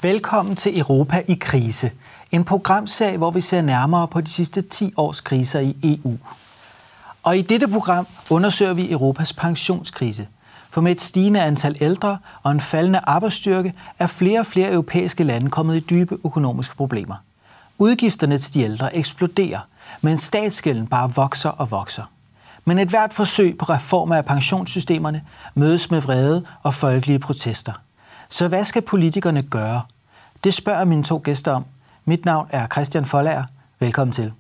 Velkommen til Europa i krise. En programserie, hvor vi ser nærmere på de sidste 10 års kriser i EU. Og i dette program undersøger vi Europas pensionskrise. For med et stigende antal ældre og en faldende arbejdsstyrke er flere og flere europæiske lande kommet i dybe økonomiske problemer. Udgifterne til de ældre eksploderer, mens statsgælden bare vokser og vokser. Men et hvert forsøg på reformer af pensionssystemerne mødes med vrede og folkelige protester. Så hvad skal politikerne gøre? Det spørger mine 2 gæster om. Mit navn er Christian Folager. Velkommen til.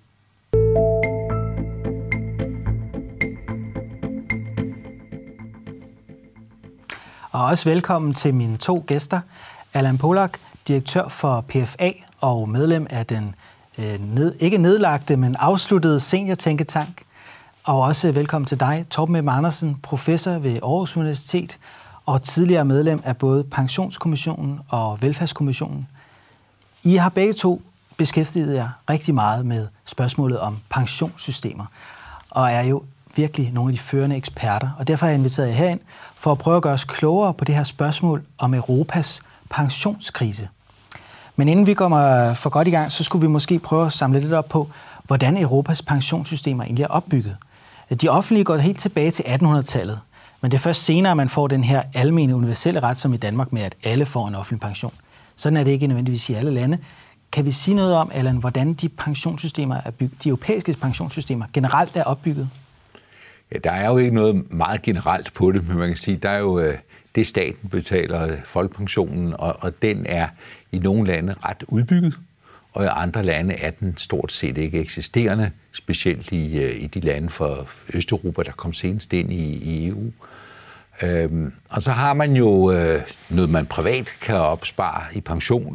Og også velkommen til mine 2 gæster. Allan Polak, direktør for PFA og medlem af den ikke nedlagte, men afsluttede seniortænketank. Og også velkommen til dig, Torben M. Andersen, professor ved Aarhus Universitet og tidligere medlem af både Pensionskommissionen og Velfærdskommissionen. I har begge 2 beskæftiget jer rigtig meget med spørgsmålet om pensionssystemer, og er jo virkelig nogle af de førende eksperter. Og derfor har jeg inviteret jer herind for at prøve at gøre os klogere på det her spørgsmål om Europas pensionskrise. Men inden vi kommer for godt i gang, så skulle vi måske prøve at samle lidt op på, hvordan Europas pensionssystemer egentlig er opbygget. De offentlige går helt tilbage til 1800-tallet, men det er først senere, man får den her almene universelle ret, som i Danmark, med at alle får en offentlig pension. Sådan er det ikke nødvendigvis i alle lande. Kan vi sige noget om, Allan, hvordan de pensionssystemer er bygget, de europæiske pensionssystemer generelt er opbygget? Ja, der er jo ikke noget meget generelt på det, men man kan sige, der er jo det staten betaler folkepensionen, og den er i nogle lande ret udbygget, og i andre lande er den stort set ikke eksisterende, specielt i de lande fra Østeuropa, der kom senest ind i EU. Og så har man jo noget, man privat kan opspare i pension,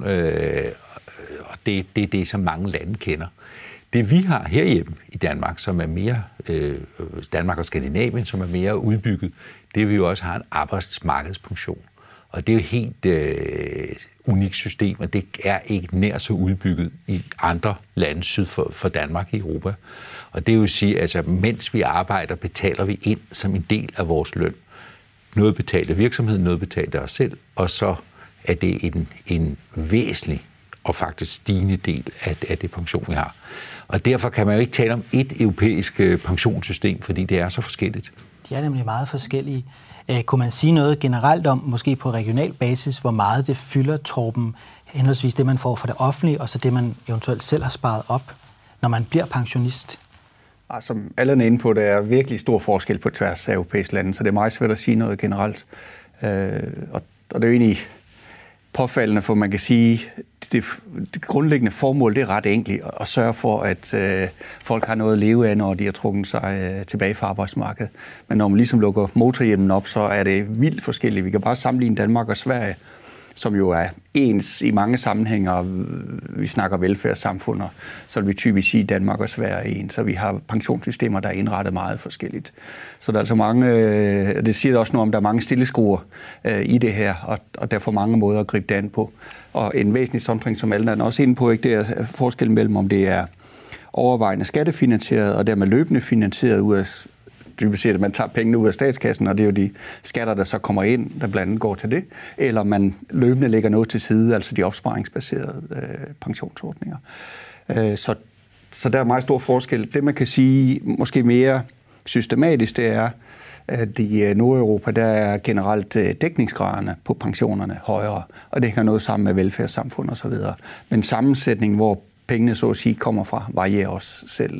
og det er det, som mange lande kender. Det vi har herhjemme i Danmark, som er mere, Danmark og Skandinavien, som er mere udbygget, det er, vi jo også har en arbejdsmarkedspension. Og det er jo et helt unikt system, og det er ikke nær så udbygget i andre lande syd for Danmark i Europa. Og det vil sige, altså mens vi arbejder, betaler vi ind som en del af vores løn. Noget betaler virksomheden, noget betaler os selv, og så er det en væsentlig og faktisk stigende del af det pension, vi har. Og derfor kan man jo ikke tale om et europæisk pensionssystem, fordi det er så forskelligt. De er nemlig meget forskellige. Kunne man sige noget generelt om, måske på regional basis, hvor meget det fylder, Torben, henholdsvis det, man får fra det offentlige, og så det, man eventuelt selv har sparet op, når man bliver pensionist? Som alle er inde på, der er virkelig stor forskel på tværs af europæiske lande, så det er meget svært at sige noget generelt. Og det er jo egentlig påfaldende, for man kan sige, det grundlæggende formål, det er ret enkelt at sørge for, at folk har noget at leve af, når de har trukket sig tilbage fra arbejdsmarkedet. Men når man ligesom lukker motorhjelmen op, så er det vildt forskelligt. Vi kan bare sammenligne Danmark og Sverige, som jo er ens i mange sammenhænge. Vi snakker velfærdssamfund, så vil vi typisk sige, at Danmark og Sverige er ens. Så vi har pensionssystemer, der er indrettet meget forskelligt. Så der er altså mange, det siger også noget om, der er mange stilleskruer i det her, og der er for mange måder at gribe det an på. Og en væsentlig sondring, som Allan er også inde på, ikke, det er forskellen mellem, om det er overvejende skattefinansieret, og dermed løbende finansieret ud af dybest set, at man tager pengene ud af statskassen, og det er jo de skatter, der så kommer ind, der blandt andet går til det, eller man løbende lægger noget til side, altså de opsparingsbaserede pensionsordninger. Så der er meget stor forskel. Det, man kan sige måske mere systematisk, det er, at i Nordeuropa, der er generelt dækningsgraderne på pensionerne højere, og det hænger noget sammen med velfærdssamfund og så videre. Men sammensætningen, hvor pengene så at sige kommer fra, varierer også selv,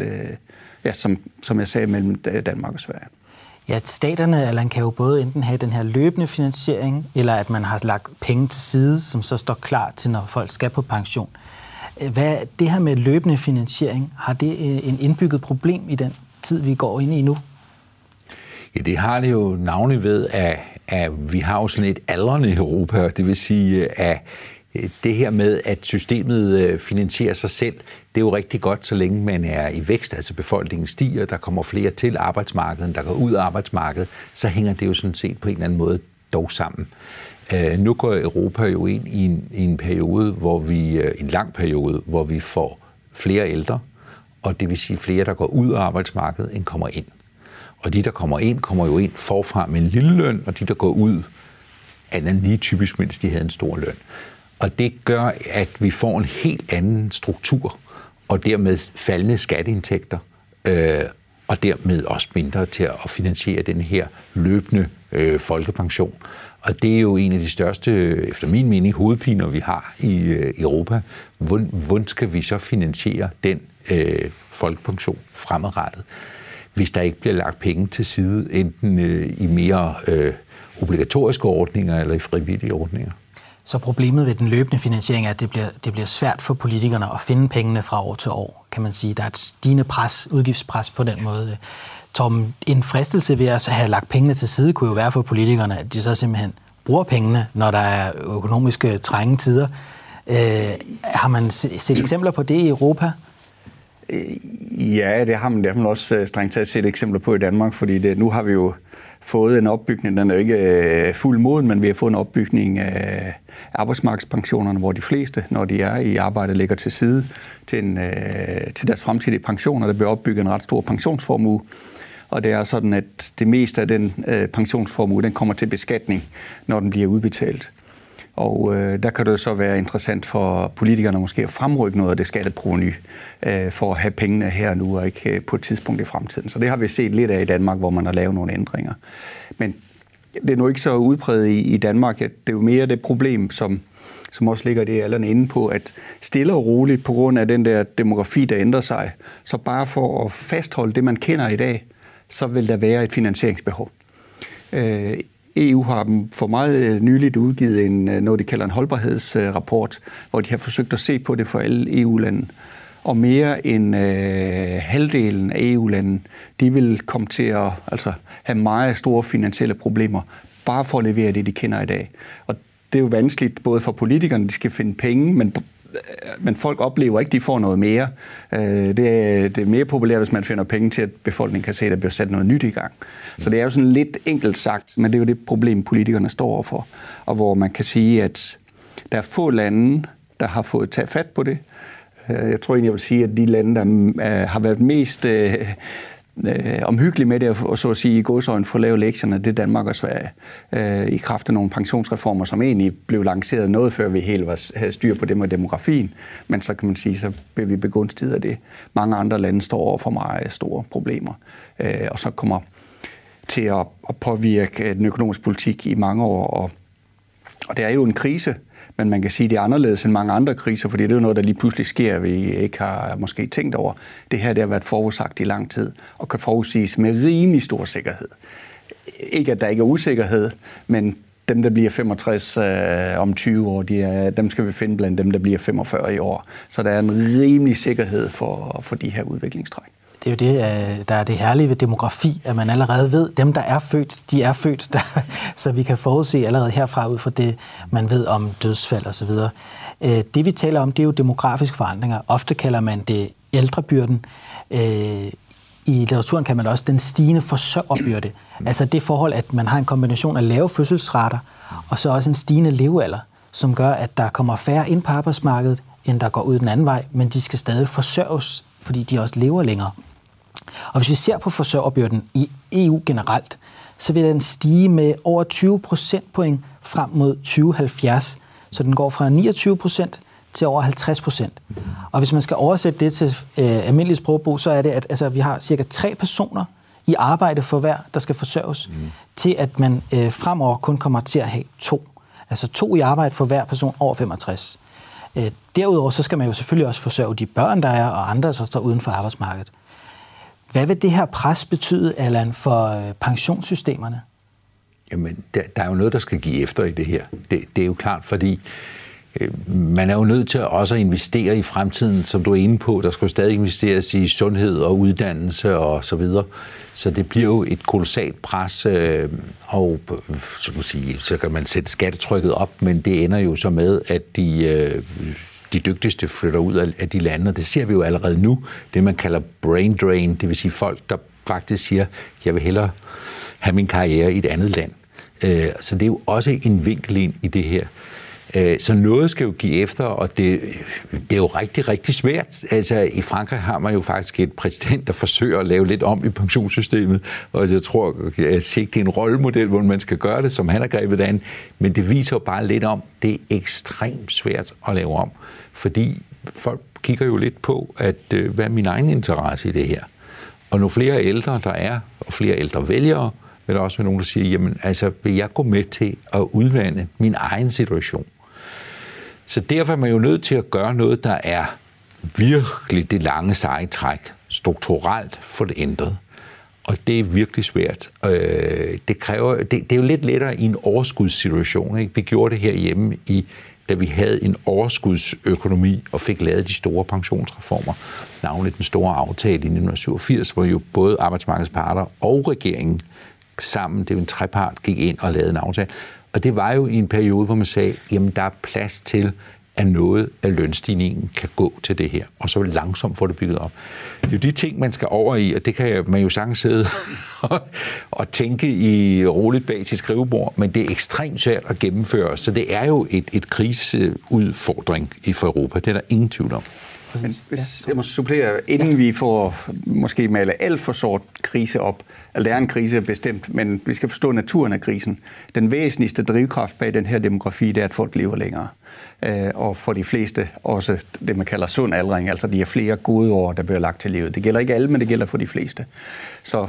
som jeg sagde, mellem Danmark og Sverige. Ja, staterne, Allan, kan jo både enten have den her løbende finansiering, eller at man har lagt penge til side, som så står klar til, når folk skal på pension. Hvad det her med løbende finansiering, har det en indbygget problem i den tid, vi går ind i nu? Ja, det har det jo navnlig ved, at vi har jo sådan et aldrende Europa, det vil sige, at det her med, at systemet finansierer sig selv, det er jo rigtig godt, så længe man er i vækst, altså befolkningen stiger, der kommer flere til arbejdsmarkedet, der går ud af arbejdsmarkedet, så hænger det jo sådan set på en eller anden måde dog sammen. Nu går Europa jo ind i en periode, en lang periode, hvor vi får flere ældre, og det vil sige flere, der går ud af arbejdsmarkedet, end kommer ind. Og de, der kommer jo ind forfra med en lille løn, og de, der går ud, er lige typisk, mens de havde en stor løn. Og det gør, at vi får en helt anden struktur, og dermed faldende skatteindtægter, og dermed også mindre til at finansiere den her løbende folkepension. Og det er jo en af de største, efter min mening, hovedpiner, vi har i Europa. Hvordan skal vi så finansiere den folkepension fremadrettet, hvis der ikke bliver lagt penge til side, enten i mere obligatoriske ordninger eller i frivillige ordninger? Så problemet ved den løbende finansiering er, at det bliver svært for politikerne at finde pengene fra år til år, kan man sige. Der er et stigende udgiftspres på den måde. Torben, en fristelse ved at have lagt pengene til side kunne jo være for politikerne, at de så simpelthen bruger pengene, når der er økonomiske trænge tider. Har man set eksempler på det i Europa? Ja, det har man også strengt taget set eksempler på i Danmark, fordi nu har vi jo fået en opbygning, den er jo ikke fuld moden, men vi har fået en opbygning af arbejdsmarkedspensionerne, hvor de fleste, når de er i arbejde, lægger til side til deres fremtidige pensioner. Der bliver opbygget en ret stor pensionsformue, og det er sådan, at det meste af den pensionsformue, den kommer til beskatning, når den bliver udbetalt. Og der kan det så være interessant for politikerne måske at fremrykke noget af det skatteprovenu for at have pengene her og nu og ikke på et tidspunkt i fremtiden. Så det har vi set lidt af i Danmark, hvor man har lavet nogle ændringer. Men det er nu ikke så udpræget i Danmark. Det er jo mere det problem, som også ligger det Allan inde på, at stille og roligt på grund af den der demografi, der ændrer sig, så bare for at fastholde det, man kender i dag, så vil der være et finansieringsbehov. EU har for meget nyligt udgivet noget, de kalder en holdbarhedsrapport, hvor de har forsøgt at se på det for alle EU-lande. Og mere end halvdelen af EU-landene, de vil komme til at have meget store finansielle problemer, bare for at levere det, de kender i dag. Og det er jo vanskeligt både for politikerne, de skal finde penge, men folk oplever ikke, at de får noget mere. Det er mere populært, hvis man finder penge til, at befolkningen kan se, at der bliver sat noget nyt i gang. Så det er jo sådan lidt enkelt sagt, men det er jo det problem, politikerne står overfor. Og hvor man kan sige, at der er få lande, der har fået taget fat på det. Jeg tror egentlig, jeg vil sige, at de lande, der har været mest omhyggelige med det, og så at sige i godsøjne for at lave lektierne, det er Danmark og Sverige. I kraft af nogle pensionsreformer, som egentlig blev lanceret noget før vi helt havde styr på det med demografien. Men så kan man sige, så bliver vi begunstiget af det. Mange andre lande står over for meget store problemer, og så kommer til at påvirke den økonomiske politik i mange år. Og det er jo en krise, men man kan sige, at det er anderledes end mange andre kriser, fordi det er jo noget, der lige pludselig sker, vi ikke har måske tænkt over. Det her, det har været forudsagt i lang tid, og kan forudsiges med rimelig stor sikkerhed. Ikke, at der ikke er usikkerhed, men dem, der bliver 65 om 20 år, dem skal vi finde blandt dem, der bliver 45 i år. Så der er en rimelig sikkerhed for de her udviklingstræk. Det er jo det, der er det herlige ved demografi, at man allerede ved, dem, der er født, de er født, så vi kan forudse allerede herfra ud fra det, man ved om dødsfald osv. Det, vi taler om, det er jo demografiske forandringer. Ofte kalder man det ældrebyrden. I litteraturen kan man også den stigende forsørgerbyrde. Altså det forhold, at man har en kombination af lave fødselsrater, og så også en stigende levealder, som gør, at der kommer færre ind på arbejdsmarkedet, end der går ud den anden vej, men de skal stadig forsørges, fordi de også lever længere. Og hvis vi ser på forsørgerbyrden i EU generelt, så vil den stige med over 20 procentpoint frem mod 2070. Så den går fra 29% til over 50%. Og hvis man skal oversætte det til almindelig sprogbrug, så er det, at vi har cirka 3 personer i arbejde for hver, der skal forsørges, til at man fremover kun kommer til at have 2. Altså 2 i arbejde for hver person over 65. Derudover så skal man jo selvfølgelig også forsørge de børn, der er, og andre, der står uden for arbejdsmarkedet. Hvad vil det her pres betyde, Allan, for pensionssystemerne? Jamen, der er jo noget, der skal give efter i det her. Det er jo klart, fordi man er jo nødt til også at investere i fremtiden, som du er ine på. Der skal jo stadig investeres i sundhed og uddannelse og så videre. Så det bliver jo et kolossalt pres, og så kan man sætte skattetrykket op, men det ender jo så med, at de dygtigste flytter ud af de lande, og det ser vi jo allerede nu. Det, man kalder brain drain, det vil sige folk, der faktisk siger, jeg vil hellere have min karriere i et andet land. Så det er jo også en vinkel ind i det her. Så noget skal jo give efter, og det er jo rigtig, rigtig svært. Altså, i Frankrig har man jo faktisk et præsident, der forsøger at lave lidt om i pensionssystemet, og jeg tror, at det er en rollemodel, hvor man skal gøre det, som han har grebet an, men det viser jo bare lidt om, det er ekstremt svært at lave om, fordi folk kigger jo lidt på, at hvad er min egen interesse i det her? Og nu flere ældre der er, og flere ældre vælgere, vil der også være nogen, der siger, jamen altså, vil jeg gå med til at udvande min egen situation? Så derfor er man jo nødt til at gøre noget, der er virkelig det lange seje træk, strukturelt for det ændret. Og det er virkelig svært. Det er jo lidt lettere i en overskudssituation, ikke? Vi gjorde det herhjemme, da vi havde en overskudsøkonomi og fik lavet de store pensionsreformer, navnlig den store aftale i 1987, hvor jo både arbejdsmarkedets parter og regeringen sammen, det er jo en trepart, gik ind og lavede en aftale. Og det var jo i en periode, hvor man sagde, jamen der er plads til, at noget af lønstigningen kan gå til det her, og så langsomt få det bygget op. Det er jo de ting, man skal over i, og det kan man jo sagtens sidde og tænke i roligt bag sit skrivebord, men det er ekstremt svært at gennemføre, så det er jo et kriseudfordring for Europa. Det er der ingen tvivl om. Men hvis jeg må supplere, inden vi får måske male alt for sort krise op, altså det er en krise bestemt, men vi skal forstå naturen af krisen. Den væsentligste drivkraft bag den her demografi, det er, at folk lever længere. Og for de fleste også det, man kalder sund aldring, altså de er flere gode år, der bliver lagt til livet. Det gælder ikke alle, men det gælder for de fleste. Så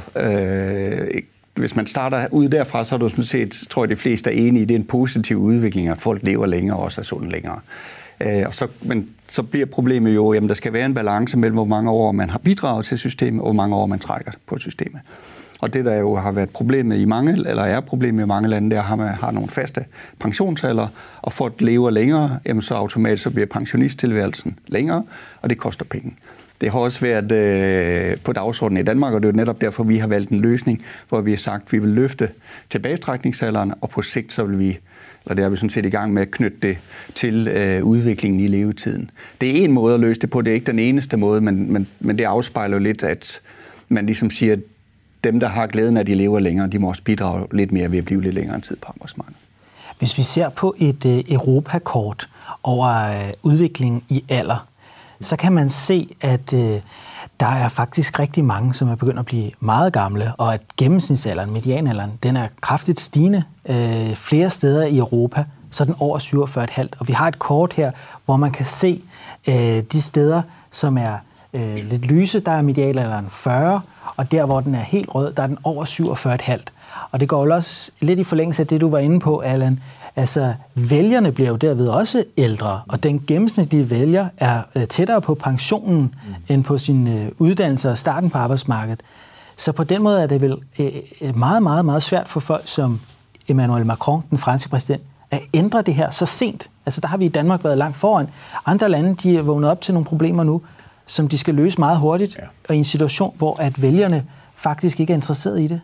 hvis man starter ud derfra, så er du sådan set, tror jeg, de fleste er enige i, det er en positiv udvikling, at folk lever længere og også er sunde længere. Men så bliver problemet jo, at der skal være en balance mellem, hvor mange år man har bidraget til systemet, og hvor mange år man trækker på systemet. Og det, der jo har været problemet i mange, eller er problemet i mange lande, det er, at man har nogle faste pensionsalder, og for at leve længere, jamen så automatisk så bliver pensionisttilværelsen længere, og det koster penge. Det har også været på dagsordenen i Danmark, og det er jo netop derfor, vi har valgt en løsning, hvor vi har sagt, at vi vil løfte tilbagetrækningsalderen, og på sigt så vil vi, eller det er vi sådan set i gang med at knytte det til udviklingen i levetiden. Det er en måde at løse det på, det er ikke den eneste måde, men det afspejler jo lidt, at man ligesom siger, at dem, der har glæden af, at de lever længere, de må også bidrage lidt mere ved at blive lidt længere en tid på arbejdsmarkedet. Hvis vi ser på et Europakort over udviklingen i alder, så kan man se, at der er faktisk rigtig mange, som er begyndt at blive meget gamle, og at gennemsnitsalderen, medianalderen, den er kraftigt stigende flere steder i Europa, så den over 47,5. Og vi har et kort her, hvor man kan se de steder, som er lidt lyse, der er medianalderen 40, og der, hvor den er helt rød, der er den over 47,5. Og det går jo også lidt i forlængelse af det, du var inde på, Allan. Altså, vælgerne bliver jo derved også ældre, og den gennemsnitlige vælger er tættere på pensionen end på sin uddannelse og starten på arbejdsmarkedet. Så på den måde er det vel meget, meget, meget svært for folk som Emmanuel Macron, den franske præsident, at ændre det her så sent. Altså, der har vi i Danmark været langt foran. Andre lande, de er vågnet op til nogle problemer nu, som de skal løse meget hurtigt, og i en situation, hvor at vælgerne faktisk ikke er interesseret i det.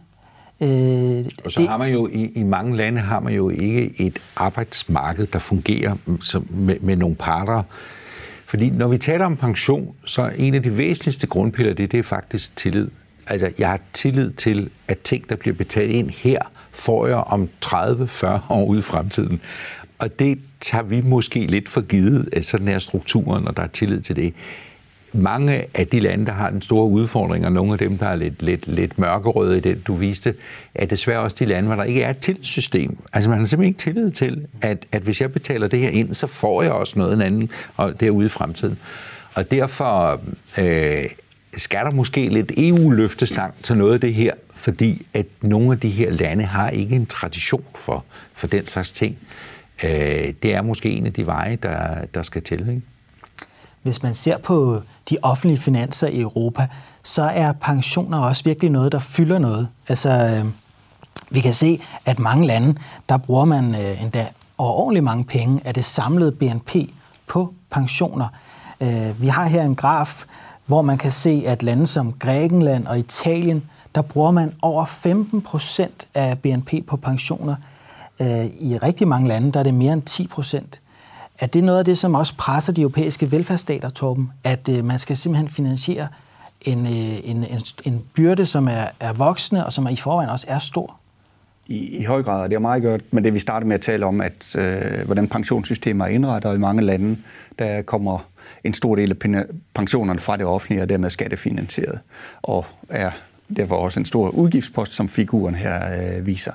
Og så har man jo i mange lande har man jo ikke et arbejdsmarked, der fungerer med nogle parter. Fordi når vi taler om pension, så er en af de væsentligste grundpiller, det er faktisk tillid. Altså, jeg har tillid til, at ting, der bliver betalt ind her, får jeg om 30-40 år ude i fremtiden. Og det tager vi måske lidt for givet, at sådan er strukturen, og der er tillid til det. Mange af de lande, der har den store udfordring, og nogle af dem, der er lidt mørkerøde i det, du viste, er desværre også de lande, hvor der ikke er et tillidssystem. Altså man har simpelthen ikke tillid til, at hvis jeg betaler det her ind, så får jeg også noget andet og derude i fremtiden. Og derfor skal der måske lidt EU-løfteslang til noget af det her, fordi at nogle af de her lande har ikke en tradition for den slags ting. Det er måske en af de veje, der skal til, ikke? Hvis man ser på de offentlige finanser i Europa, så er pensioner også virkelig noget, der fylder noget. Altså, vi kan se, at mange lande, der bruger man endda overordentligt mange penge af det samlede BNP på pensioner. Vi har her en graf, hvor man kan se, at lande som Grækenland og Italien, der bruger man over 15% af BNP på pensioner. I rigtig mange lande, der er det mere end 10%. Er det noget af det, som også presser de europæiske velfærdsstater, Torben? At man skal simpelthen finansiere en byrde, som er voksende, og som i forvejen også er stor? i høj grad, og det har meget gjort med det, vi startede med at tale om, at hvordan pensionssystemer er indrettet, og i mange lande, der kommer en stor del af pensionerne fra det offentlige, og dermed skattefinansieret, og er derfor også en stor udgiftspost, som figuren her viser.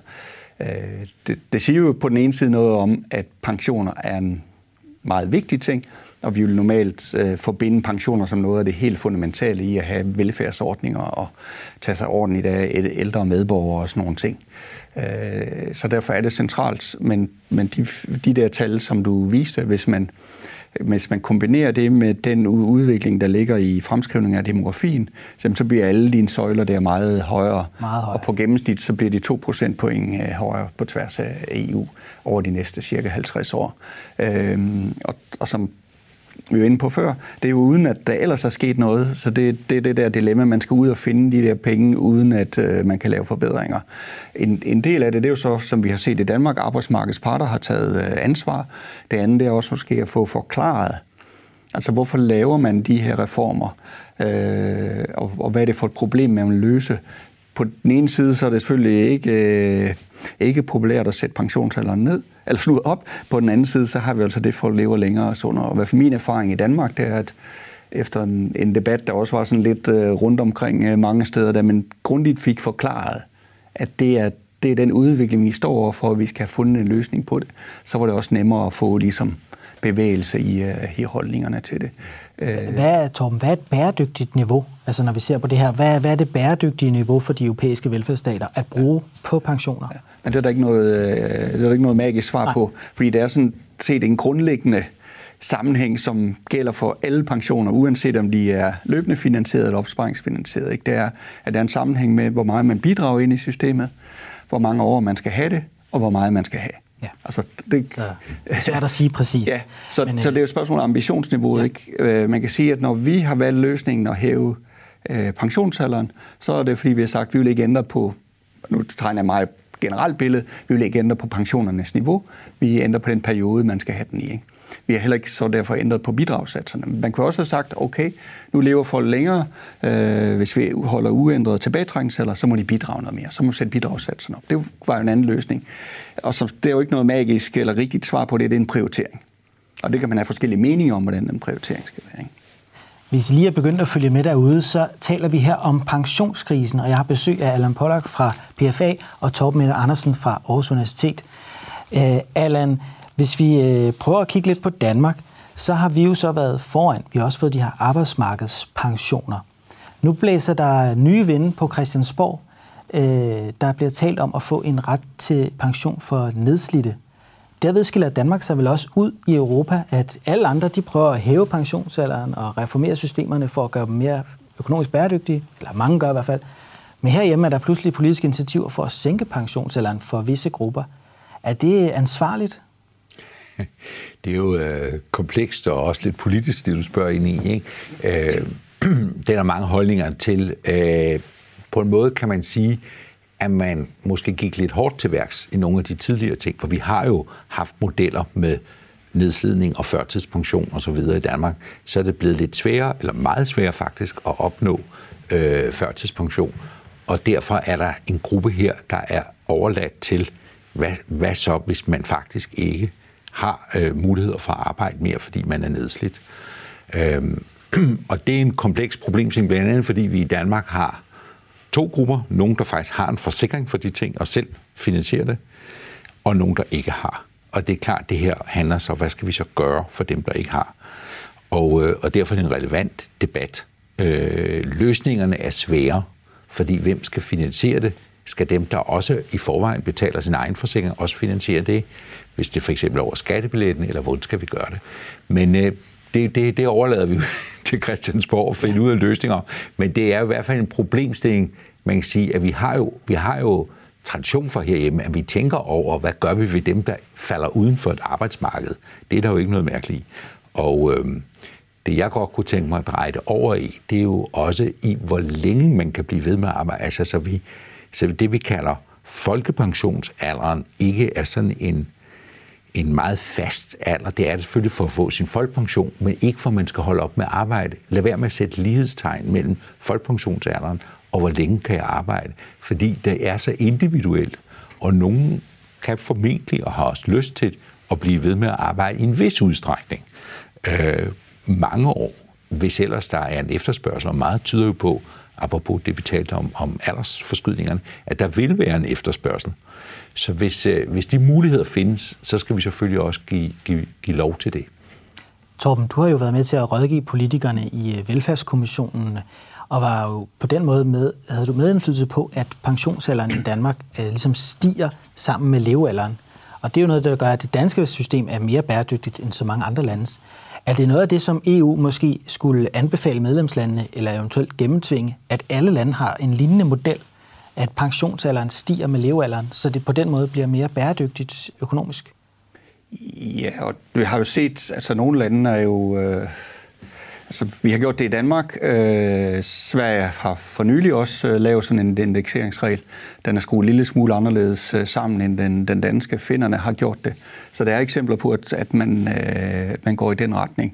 Det siger jo på den ene side noget om, at pensioner er en meget vigtig ting, og vi vil normalt forbinde pensioner som noget af det helt fundamentale i at have velfærdsordninger og tage sig ordentligt af ældre medborgere og sådan nogle ting. Så derfor er det centralt, men de der tal, som du viste, hvis man kombinerer det med den udvikling, der ligger i fremskrivningen af demografien, så bliver alle dine søjler der meget højere. Og på gennemsnit så bliver de 2 procentpoint højere på tværs af EU over de næste cirka 50 år. Og som vi var inde på før, det er jo uden, at der ellers er sket noget, så det er det der dilemma, man skal ud og finde de der penge, uden at man kan lave forbedringer. En del af det er jo så, som vi har set i Danmark, arbejdsmarkedets parter har taget ansvar. Det andet er også måske at få forklaret, altså hvorfor laver man de her reformer, og hvad er det for et problem, man vil løse. På den ene side, så er det selvfølgelig ikke populært at sætte pensionsalderen ned, eller slutte op. På den anden side, så har vi altså det, folk lever længere og sundere. Og hvad for min erfaring i Danmark, det er, at efter en debat, der også var sådan lidt rundt omkring mange steder, der man grundigt fik forklaret, at det er den udvikling, vi står overfor, og vi skal have fundet en løsning på det, så var det også nemmere at få ligesom bevægelse i holdningerne til det. Torben, hvad er et bæredygtigt niveau? Altså når vi ser på det her, hvad er det bæredygtige niveau for de europæiske velfærdsstater at bruge på pensioner? Ja, men det er der ikke noget magisk svar på, fordi det er sådan set en grundlæggende sammenhæng, som gælder for alle pensioner, uanset om de er løbende finansieret eller opsparingsfinansieret. Ikke? Det er, at der er en sammenhæng med, hvor meget man bidrager ind i systemet, hvor mange år man skal have det, og hvor meget man skal have. Ja. Altså, så det er svært at sige præcis. Ja, så det er jo et spørgsmål om ambitionsniveauet. Ja. Ikke? Man kan sige, at når vi har valgt løsningen at hæve pensionsalderen, så er det, fordi vi har sagt, at vi vil ikke ændre på, nu tegner jeg meget generelt billede, vi vil ikke ændre på pensionernes niveau, vi ændrer på den periode, man skal have den i. Ikke? Vi har heller ikke så derfor ændret på bidragssatserne. Man kunne også have sagt, okay, nu lever folk længere, hvis vi holder uændret tilbagetrækningsalder, så må de bidrage noget mere, så må vi sætte bidragssatserne op. Det var jo en anden løsning. Og så, det er jo ikke noget magisk eller rigtigt svar på det, det er en prioritering. Og det kan man have forskellige meninger om, hvordan den prioritering skal være. Ikke? Hvis I lige er begyndt at følge med derude, så taler vi her om pensionskrisen, og jeg har besøg af Allan Polak fra PFA og Torben Andersen fra Aarhus Universitet. Allan, hvis vi prøver at kigge lidt på Danmark, så har vi jo så været foran. Vi har også fået de her arbejdsmarkedspensioner. Nu blæser der nye vinde på Christiansborg. Der bliver talt om at få en ret til pension for nedslidte. Derved skiller Danmark sig vel også ud i Europa, at alle andre de prøver at hæve pensionsalderen og reformere systemerne for at gøre dem mere økonomisk bæredygtige, eller mange gør i hvert fald. Men herhjemme er der pludselig politiske initiativer for at sænke pensionsalderen for visse grupper. Er det ansvarligt? Det er jo komplekst og også lidt politisk, det du spørger ind i. Ikke? Det er der mange holdninger til. På en måde kan man sige, at man måske gik lidt hårdt til værks i nogle af de tidligere ting, for vi har jo haft modeller med nedslidning og førtidspension og så videre i Danmark, så er det blevet lidt sværere, eller meget sværere faktisk, at opnå førtidspension. Og derfor er der en gruppe her, der er overladt til, hvad så, hvis man faktisk ikke har muligheder for at arbejde mere, fordi man er nedslidt. Og det er en kompleks problemstilling, blandt andet fordi vi i Danmark har to grupper. Nogen, der faktisk har en forsikring for de ting og selv finansierer det, og nogen, der ikke har. Og det er klart, det her handler så, hvad skal vi så gøre for dem, der ikke har? Og derfor er det en relevant debat. Løsningerne er svære, fordi hvem skal finansiere det? Skal dem, der også i forvejen betaler sin egen forsikring, også finansiere det? Hvis det for eksempel over skattebilletten, eller hvordan skal vi gøre det? Men det overlader vi til Christiansborg at finde ud af løsninger. Men det er i hvert fald en problemstilling, man kan sige, at vi har jo tradition for herhjemme, at vi tænker over, hvad gør vi ved dem, der falder uden for et arbejdsmarked. Det er der jo ikke noget mærkeligt i. Og det jeg godt kunne tænke mig at dreje det over i, det er jo også i, hvor længe man kan blive ved med at arbejde. Altså, så det vi kalder folkepensionsalderen ikke er sådan en meget fast alder. Det er det selvfølgelig for at få sin folkepension, men ikke for at man skal holde op med at arbejde. Lad være med at sætte lighedstegn mellem folkepensionsalderen og hvor længe kan jeg arbejde. Fordi det er så individuelt. Og nogen kan formentlig og har også lyst til at blive ved med at arbejde i en vis udstrækning. Mange år, hvis ellers der er en efterspørgsel, og meget tyder jo på, apropos det vi talte om aldersforskydningerne, at der vil være en efterspørgsel. Så hvis de muligheder findes, så skal vi selvfølgelig også give lov til det. Torben, du har jo været med til at rådgive politikerne i Velfærdskommissionen, og var jo på den måde havde du medindflydelse på, at pensionsalderen i Danmark ligesom stiger sammen med levealderen. Og det er jo noget, der gør, at det danske system er mere bæredygtigt end så mange andre landes. Er det noget af det, som EU måske skulle anbefale medlemslandene, eller eventuelt gennemtvinge, at alle lande har en lignende model, at pensionsalderen stiger med levealderen, så det på den måde bliver mere bæredygtigt økonomisk? Ja, og vi har jo set, altså nogle lande er jo... vi har gjort det i Danmark. Sverige har for nylig også lavet sådan en indekseringsregel. Den er skruet en lille smule anderledes sammen end den danske. Finnerne har gjort det. Så der er eksempler på, at man går i den retning.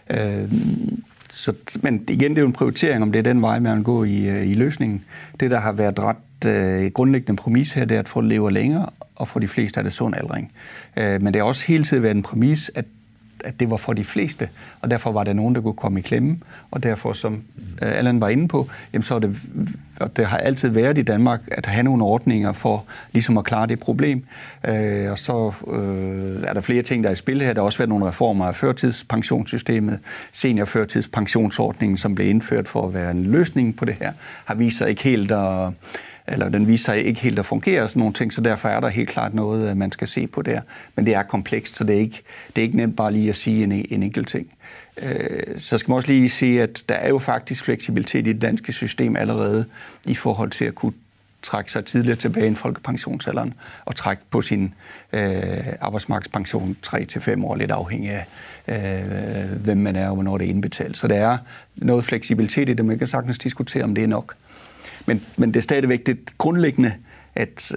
Men igen, det er jo en prioritering, om det er den vej, man går i løsningen. Det, der har været ret grundlæggende præmis her, det er, at folk lever længere, og for de fleste er det sund aldring. Men det har også hele tiden været en præmis, at det var for de fleste, og derfor var der nogen, der kunne komme i klemme, og derfor, som Allan var inde på, jamen så er det, og det har altid været i Danmark, at have nogle ordninger for ligesom at klare det problem. Og så er der flere ting, der er i spil her. Der har også været nogle reformer af førtidspensionssystemet, seniorførtidspensionsordningen, som blev indført for at være en løsning på det her, har vist sig ikke helt den viser sig ikke helt at fungere og sådan nogle ting, så derfor er der helt klart noget, man skal se på der. Men det er komplekst, så det er ikke nemt bare lige at sige en enkelt ting. Så skal man også lige sige, at der er jo faktisk fleksibilitet i det danske system allerede i forhold til at kunne trække sig tidligere tilbage end folkepensionsalderen og trække på sin arbejdsmarkedspension 3-5 år, lidt afhængig af hvem man er og hvornår det er indbetalt. Så der er noget fleksibilitet i det, man kan sagtens diskutere, om det er nok. Men det er stadigvæk det grundlæggende, at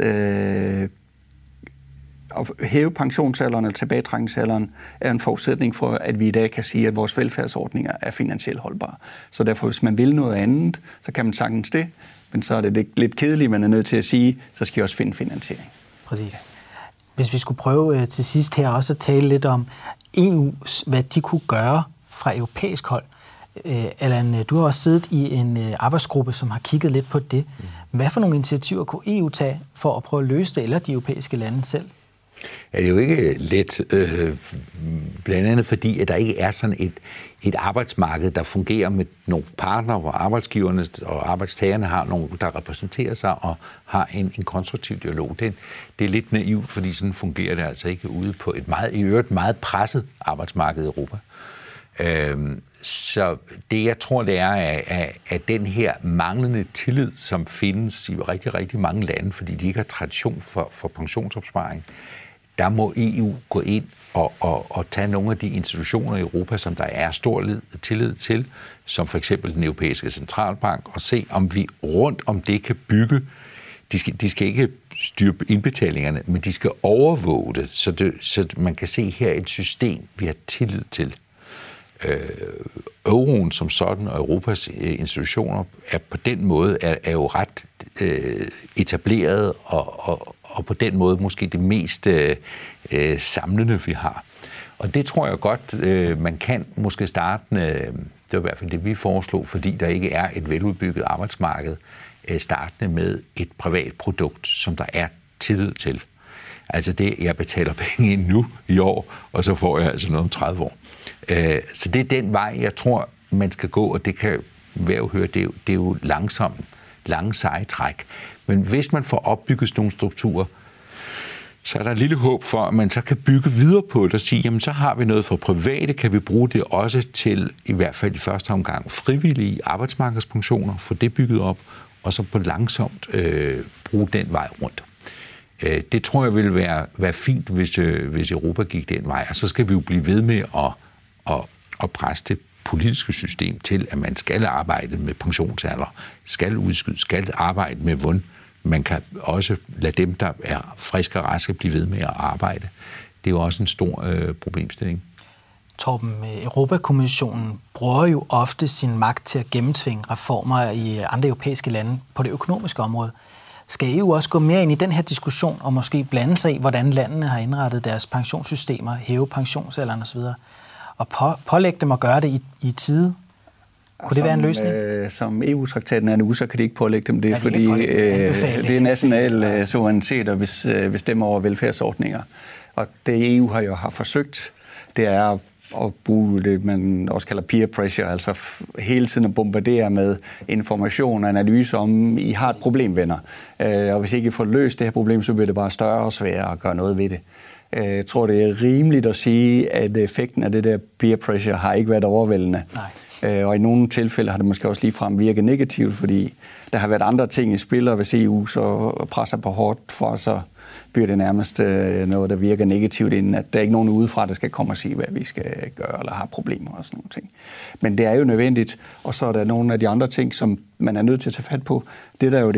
hæve pensionsalderen eller tilbagetrækningsalderen er en forudsætning for, at vi i dag kan sige, at vores velfærdsordninger er finansielt holdbare. Så derfor, hvis man vil noget andet, så kan man sagtens det, men så er det lidt kedeligt, man er nødt til at sige, så skal I også finde finansiering. Præcis. Hvis vi skulle prøve til sidst her også at tale lidt om EU, hvad de kunne gøre fra europæisk hold. Allan, du har også siddet i en arbejdsgruppe, som har kigget lidt på det. Hvad for nogle initiativer kunne EU tage for at prøve at løse det, eller de europæiske lande selv? Ja, det er jo ikke let, blandt andet fordi, at der ikke er sådan et arbejdsmarked, der fungerer med nogle partnere, hvor arbejdsgiverne og arbejdstagerne har nogen, der repræsenterer sig og har en konstruktiv dialog. Det er lidt naivt, fordi sådan fungerer det altså ikke ude på et meget presset arbejdsmarked i Europa. Så det, jeg tror, det er, at den her manglende tillid, som findes i rigtig, rigtig mange lande, fordi de ikke har tradition for pensionsopsparing, der må EU gå ind og tage nogle af de institutioner i Europa, som der er stor tillid til, som for eksempel den europæiske centralbank, og se, om vi rundt om det kan bygge. De skal ikke styre indbetalingerne, men de skal overvåge det, så man kan se her et system, vi har tillid til. Euroen som sådan og Europas institutioner er på den måde er jo ret etableret og på den måde måske det mest samlende, vi har. Og det tror jeg godt, man kan måske starte, det er i hvert fald det, vi foreslog, fordi der ikke er et veludbygget arbejdsmarked, startende med et privat produkt, som der er tillid til. Altså det, jeg betaler penge ind nu i år, og så får jeg altså noget om 30 år. Så det er den vej, jeg tror, man skal gå, og det kan være at høre, det er jo langsomt, lange seje træk. Men hvis man får opbygget nogle strukturer, så er der et lille håb for, at man så kan bygge videre på det og sige, jamen så har vi noget for private, kan vi bruge det også til, i hvert fald i første omgang, frivillige arbejdsmarkedspensioner, få det bygget op, og så på langsomt bruge den vej rundt. Det tror jeg vil være fint, hvis Europa gik den vej, og så skal vi jo blive ved med at presse det politiske system til, at man skal arbejde med pensionsalder, skal udskyde, skal arbejde med vund. Man kan også lade dem, der er friske og raske, blive ved med at arbejde. Det er jo også en stor problemstilling. Torben, Europakommissionen bruger jo ofte sin magt til at gennemtvinge reformer i andre europæiske lande på det økonomiske område. Skal EU også gå mere ind i den her diskussion og måske blande sig i, hvordan landene har indrettet deres pensionssystemer, hæve pensionsalderen osv., og pålægge dem at gøre det i tide? Kunne det være en løsning? Som EU-traktaten er nu, så kan de ikke pålægge dem det, fordi det er national suverænitet at bestemme over velfærdsordninger. Og det EU har forsøgt, det er at bruge det, man også kalder peer pressure, altså hele tiden at bombardere med information og analyse om, I har et problem, venner. Og hvis ikke I får løst det her problem, så bliver det bare større og sværere at gøre noget ved det. Jeg tror, det er rimeligt at sige, at effekten af det der peer pressure har ikke været overvældende. Nej. Og i nogle tilfælde har det måske også ligefrem virket negativt, fordi der har været andre ting i spil, og hvis EU så presser på hårdt for, så bliver det nærmest noget, der virker negativt, inden at der er ikke nogen udefra, der skal komme og sige, hvad vi skal gøre, eller har problemer og sådan nogle ting. Men det er jo nødvendigt, og så er der nogle af de andre ting, som man er nødt til at tage fat på. Det der er jo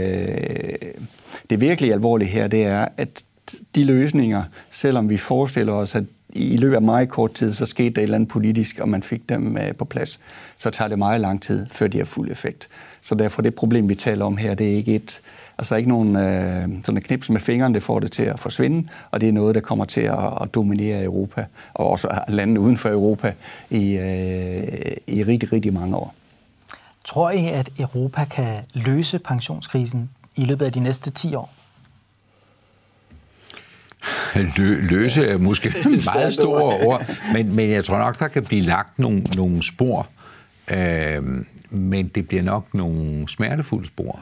det virkelig alvorlige her, det er, at de løsninger, selvom vi forestiller os, at i løbet af meget kort tid, så skete der et eller andet politisk, og man fik dem på plads, så tager det meget lang tid, før de har fuld effekt. Så derfor det problem, vi taler om her, det er ikke nogen sådan et knips med fingrene, det får det til at forsvinde, og det er noget, der kommer til at dominere Europa, og også landene uden for Europa i rigtig, rigtig mange år. Tror I, at Europa kan løse pensionskrisen i løbet af de næste 10 år? Løse er måske meget store ord, men jeg tror nok, der kan blive lagt nogle spor, men det bliver nok nogle smertefulde spor.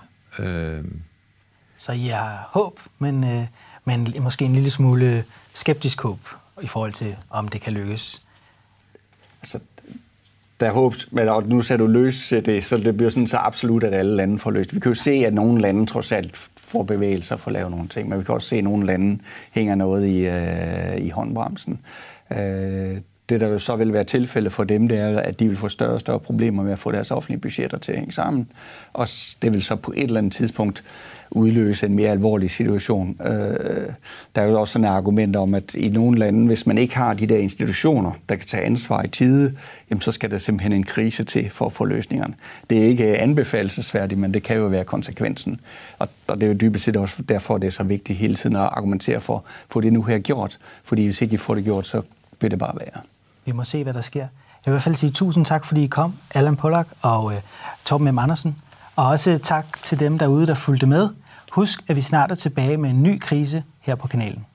Så I har håb, men måske en lille smule skeptisk håb i forhold til, om det kan lykkes? Altså, der er håb, men nu ser du løse det, så det bliver sådan så absolut, at alle lande får løst. Vi kan jo se, at nogle lande trods alt får bevægelser for at lave nogle ting, men vi kan også se, at nogle lande hænger noget i håndbremsen. Det, der jo så vil være tilfælde for dem, det er, at de vil få større og større problemer med at få deres offentlige budgetter til at hænge sammen. Og det vil så på et eller andet tidspunkt udløse en mere alvorlig situation. Der er jo også sådan et argument om, at i nogle lande, hvis man ikke har de der institutioner, der kan tage ansvar i tide, jamen så skal der simpelthen en krise til for at få løsningerne. Det er ikke anbefalelsesværdigt, men det kan jo være konsekvensen. Og det er jo dybest set også derfor, det er så vigtigt hele tiden at argumentere for, få det nu her gjort. Fordi hvis ikke I får det gjort, så vil det bare være. Vi må se, hvad der sker. Jeg vil i hvert fald sige tusind tak, fordi I kom, Allan Polak og Torben M. Andersen. Og også tak til dem derude, der fulgte med. Husk, at vi snart er tilbage med en ny krise her på kanalen.